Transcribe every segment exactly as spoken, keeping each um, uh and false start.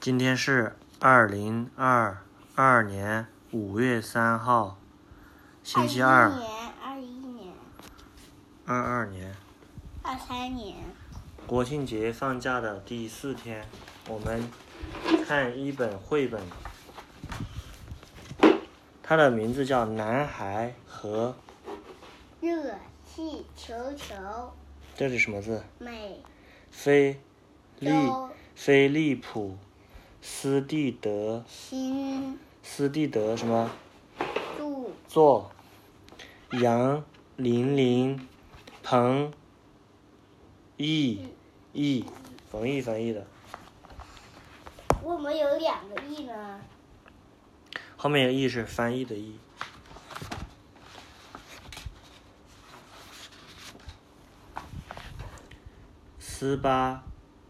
今天是二零二二年五月三号，星期二。 二一年、 二二年、 二三年。 国庆节放假的第四天，我们看一本绘本，它的名字叫《男孩和热气球球》。 这是什么字？ 美。 菲利周菲利普斯蒂德新斯蒂德什么著作？杨玲玲彭毅毅冯毅翻译的。 为什么有两个亿呢？ 后面有译是翻译的译。斯巴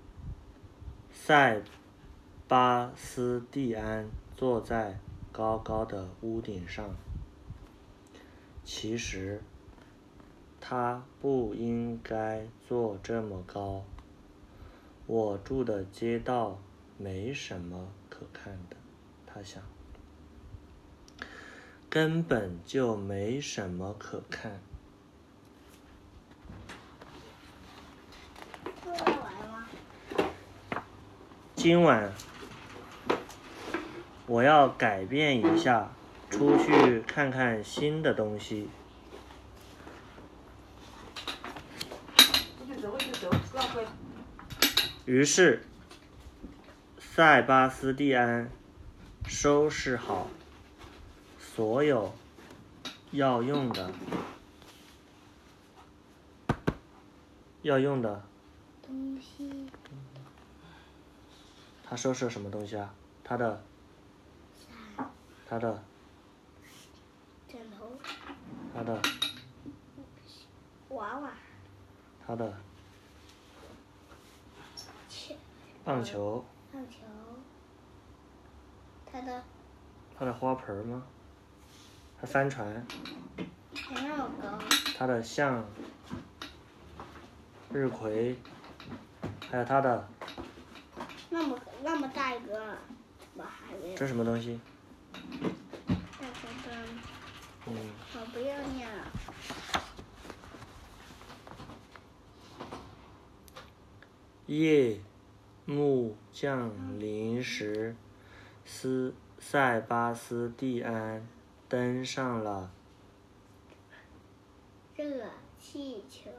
塞巴斯蒂安坐在高高的屋顶上。其实他不应该坐这么高。我住的街道没什么可看的，他想。根本就没什么可看。 做得完吗？ 今晚我要改变一下，出去看看新的东西。于是塞巴斯蒂安收拾好所有要用的要用的东西。 他收拾了什么东西啊？他的他的枕头。 他的娃娃。 他的切棒球。 棒球。他的他的花盆吗？他帆船。 还那么高。 他的向日葵，还有他的那么那么大一个，我还没有。 这是什么东西？ 大风灯。 嗯， 我不要念了。 夜幕降临时，斯塞巴斯蒂安登上了热气球。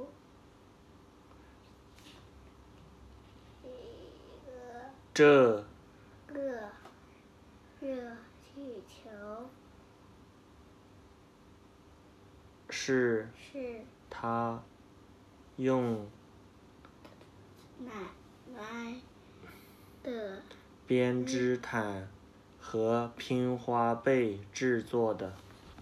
这个热气球是是他用奶奶的编织毯和拼花被制作的。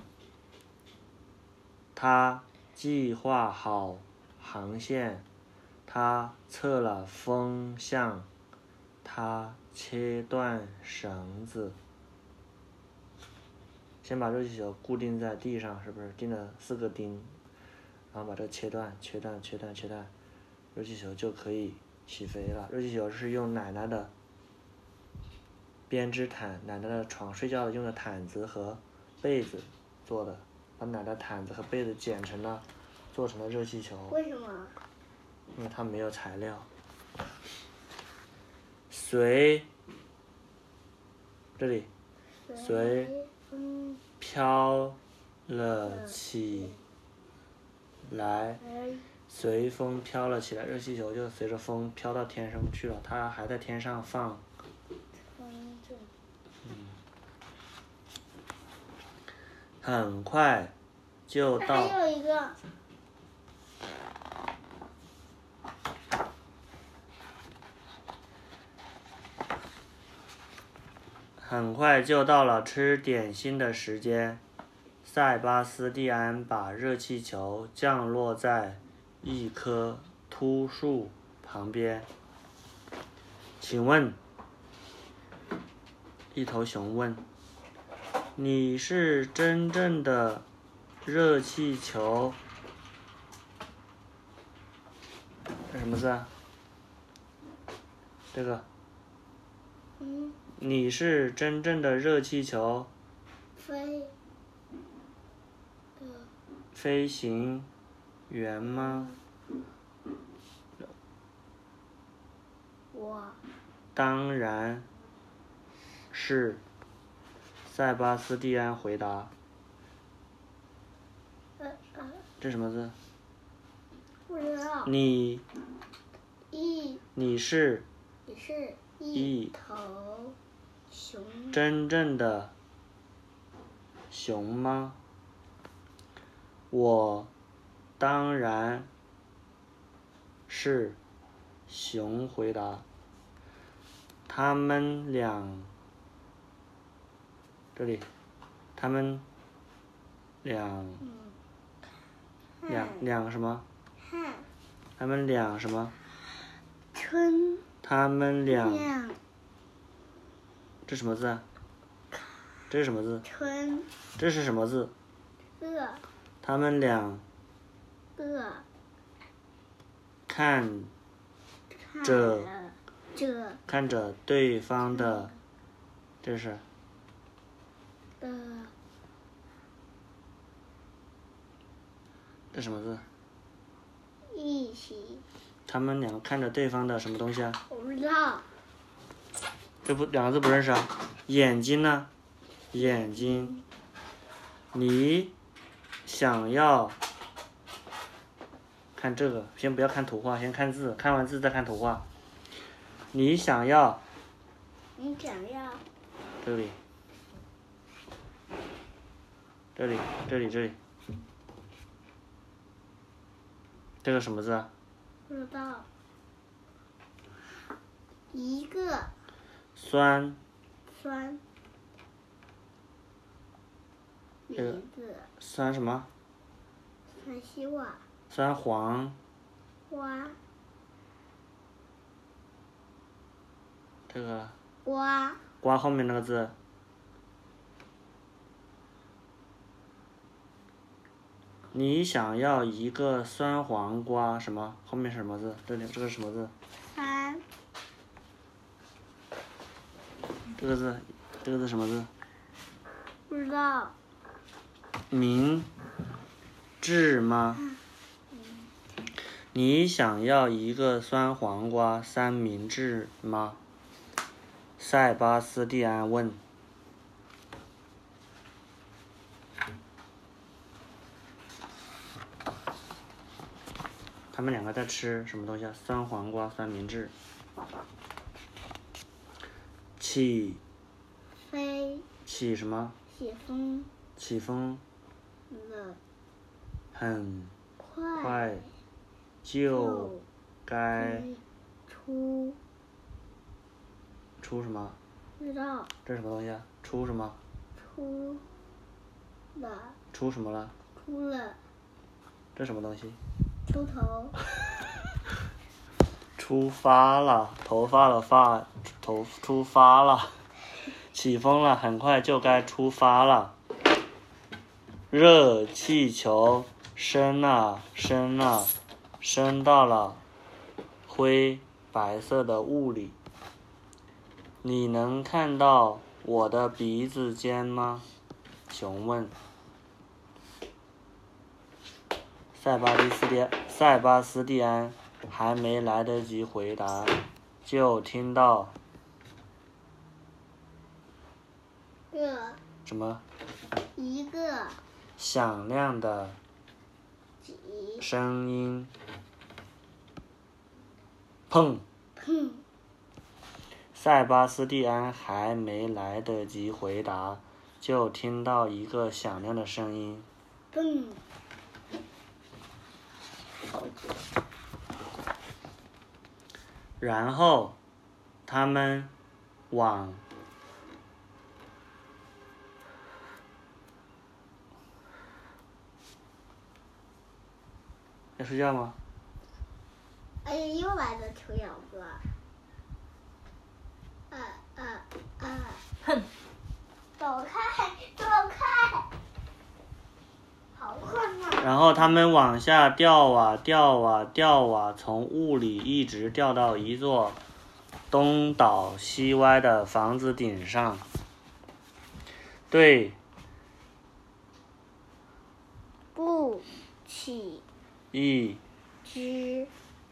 他计划好航线，他测了风向，他切断绳子。先把热气球固定在地上，是不是钉了四个钉？然后把这个切断，切断，切断，切断，热气球就可以起飞了。热气球是用奶奶的编织毯，奶奶的床睡觉的用的毯子和被子做的，把奶奶毯子和被子剪成了，做成了热气球。 为什么？ 因为它没有材料。随这里随风飘了起来，随风飘了起来，热气球就随着风飘到天上去了。它还在天上放。 风筝。 很快就到。 还有一个。 很快就到了吃点心的时间。塞巴斯蒂安把热气球降落在一棵秃树旁边。请问，一头熊问，你是真正的热气球？这什么字啊？这个嗯， 你是真正的热气球飞的飞行员吗？ 我当然是。塞巴斯蒂安回答。 呃呃， 这什么字？ 不知道。 你一你是你是一一头熊。 真正的熊吗？我当然是。熊回答。他们俩，这里，他们俩两两什么？ 汉他们俩什么？ 春他们俩， 亮这什么字啊？这是什么字？ 春这是什么字？ 乐他们俩乐看看着了这看着对方的，这是的这什么字？ 一起， 他们两个看着对方的什么东西啊？ 我不知道。 这不两个字不认识啊？眼睛呢？眼睛。你想要看这个？先不要看图画，先看字，看完字再看图画。你想要你想要这里，这里，这里，这里，这个什么字啊？ 不知道。一个酸酸这个名字， 酸什么？ 酸西瓜酸黄瓜这个瓜瓜后面那个字。你想要一个酸黄瓜什么？后面是什么字？这里这个是什么字？ 三这个字，这个字什么字？ 不知道。 明智吗？你想要一个酸黄瓜三明治吗？塞巴斯蒂安问。他们两个在吃什么东西啊？酸黄瓜三明治。起飞起什么？ 起风起风了很快快就该出出什么？ 不知道这是什么东西啊？出什么？ 出了出什么了？ 出了这什么东西？ 出头出发了，头发了发，头出发了，起风了，很快就该出发了。热气球升啊升啊，升到了灰白色的雾里。你能看到我的鼻子尖吗？熊问。塞巴蒂斯蒂塞巴斯蒂安还没来得及回答，就听到个什么一个响亮的几声音，砰！ 砰塞巴斯蒂安还没来得及回答，就听到一个响亮的声音， 砰， 然后他们往要睡觉吗？ 哎呀，又来了丑小哥。啊啊啊！ 哼， 走开，走开！好困啊！ 然后他们往下掉啊掉啊掉啊，从雾里一直掉到一座东倒西歪的房子顶上，对不起一只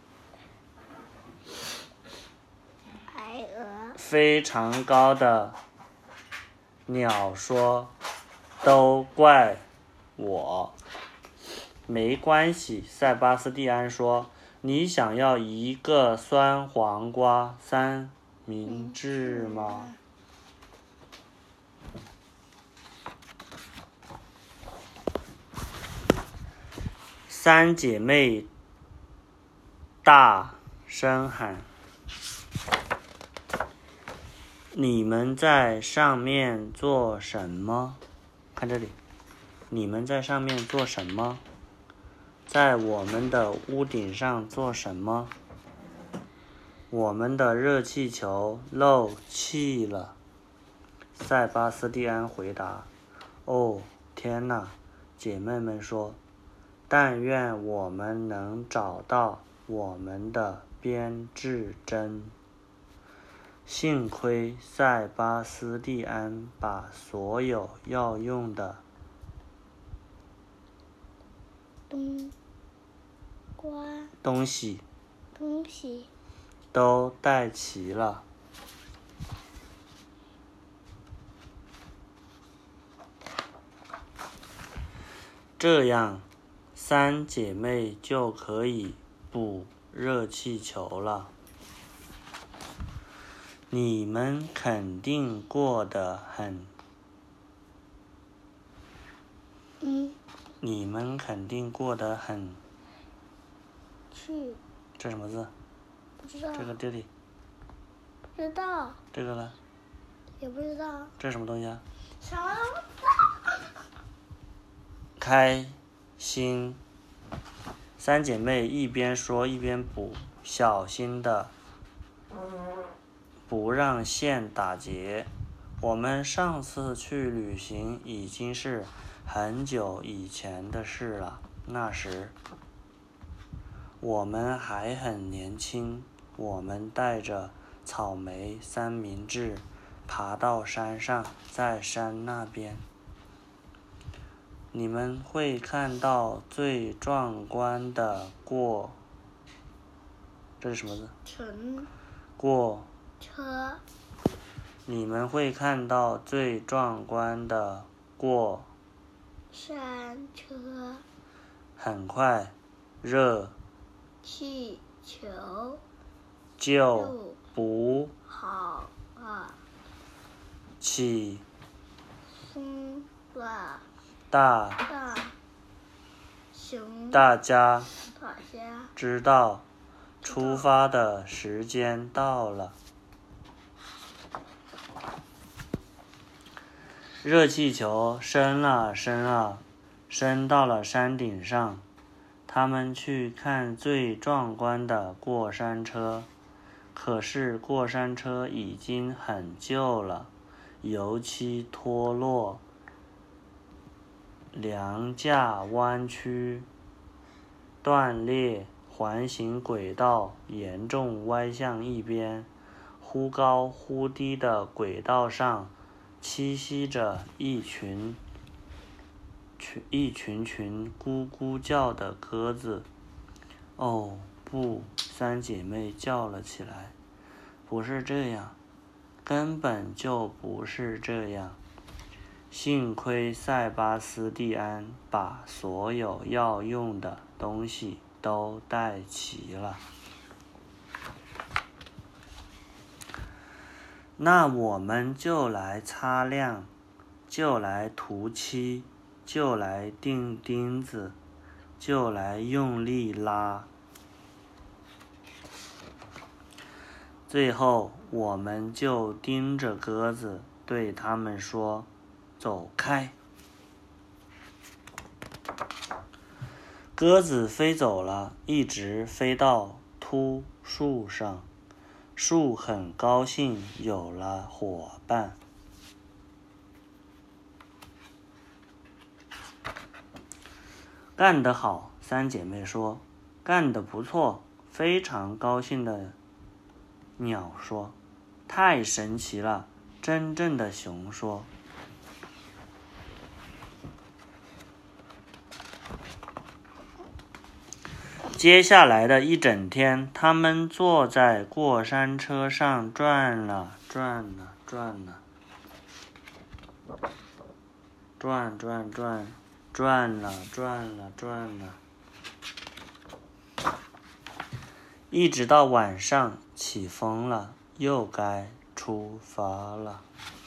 白鹅非常高的鸟说：“都怪我。”没关系，塞巴斯蒂安说：“你想要一个酸黄瓜三明治吗？”三姐妹大声喊：“你们在上面做什么？看这里，你们在上面做什么？在我们的屋顶上做什么？我们的热气球漏气了。”塞巴斯蒂安回答：“哦，天哪！”姐妹们说：“但愿我们能找到我们的编织针。”幸亏塞巴斯蒂安把所有要用的冬瓜东西东西都带齐了。这样，三姐妹就可以捕热气球了。你们肯定过得很， 嗯， 你们肯定过得很， 去这什么字？ 不知道， 这个这里， 不知道， 这个呢？ 也不知道， 这是什么东西啊？ 什么都不知道。 开心。三姐妹一边说一边捕，小心的不让线打结。我们上次去旅行已经是很久以前的事了，那时我们还很年轻。我们带着草莓三明治爬到山上，在山那边你们会看到最壮观的过，这是什么字？ 乘过车你们会看到最壮观的过山车很快，热气球就不好啊， 起松了大大熊大家大家知道出发的时间到了。热气球升啊升啊，升到了山顶上。他们去看最壮观的过山车，可是过山车已经很旧了，油漆脱落，梁架弯曲断裂，环形轨道严重歪向一边，忽高忽低的轨道上栖息着一群群一群群咕咕叫的鸽子。哦，不！三姐妹叫了起来，不是这样，根本就不是这样。幸亏塞巴斯蒂安把所有要用的东西都带齐了。那我们就来擦亮，就来涂漆，就来钉钉子，就来用力拉。最后，我们就盯着鸽子，对他们说：“走开！”鸽子飞走了，一直飞到秃树上。树很高兴有了伙伴。干得好，三姐妹说。干得不错，非常高兴的鸟说。太神奇了，真正的熊说。接下来的一整天，他们坐在过山车上转了转了转了，转转转，转了转了转了，一直到晚上起风了，又该出发了。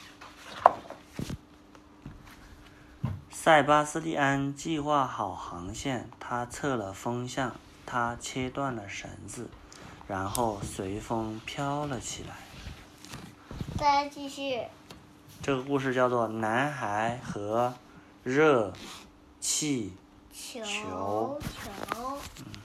塞巴斯蒂安计划好航线，他测了风向，他切断了绳子，然后随风飘了起来。 再来继续。 这个故事叫做《男孩和热气球球》。 球。 嗯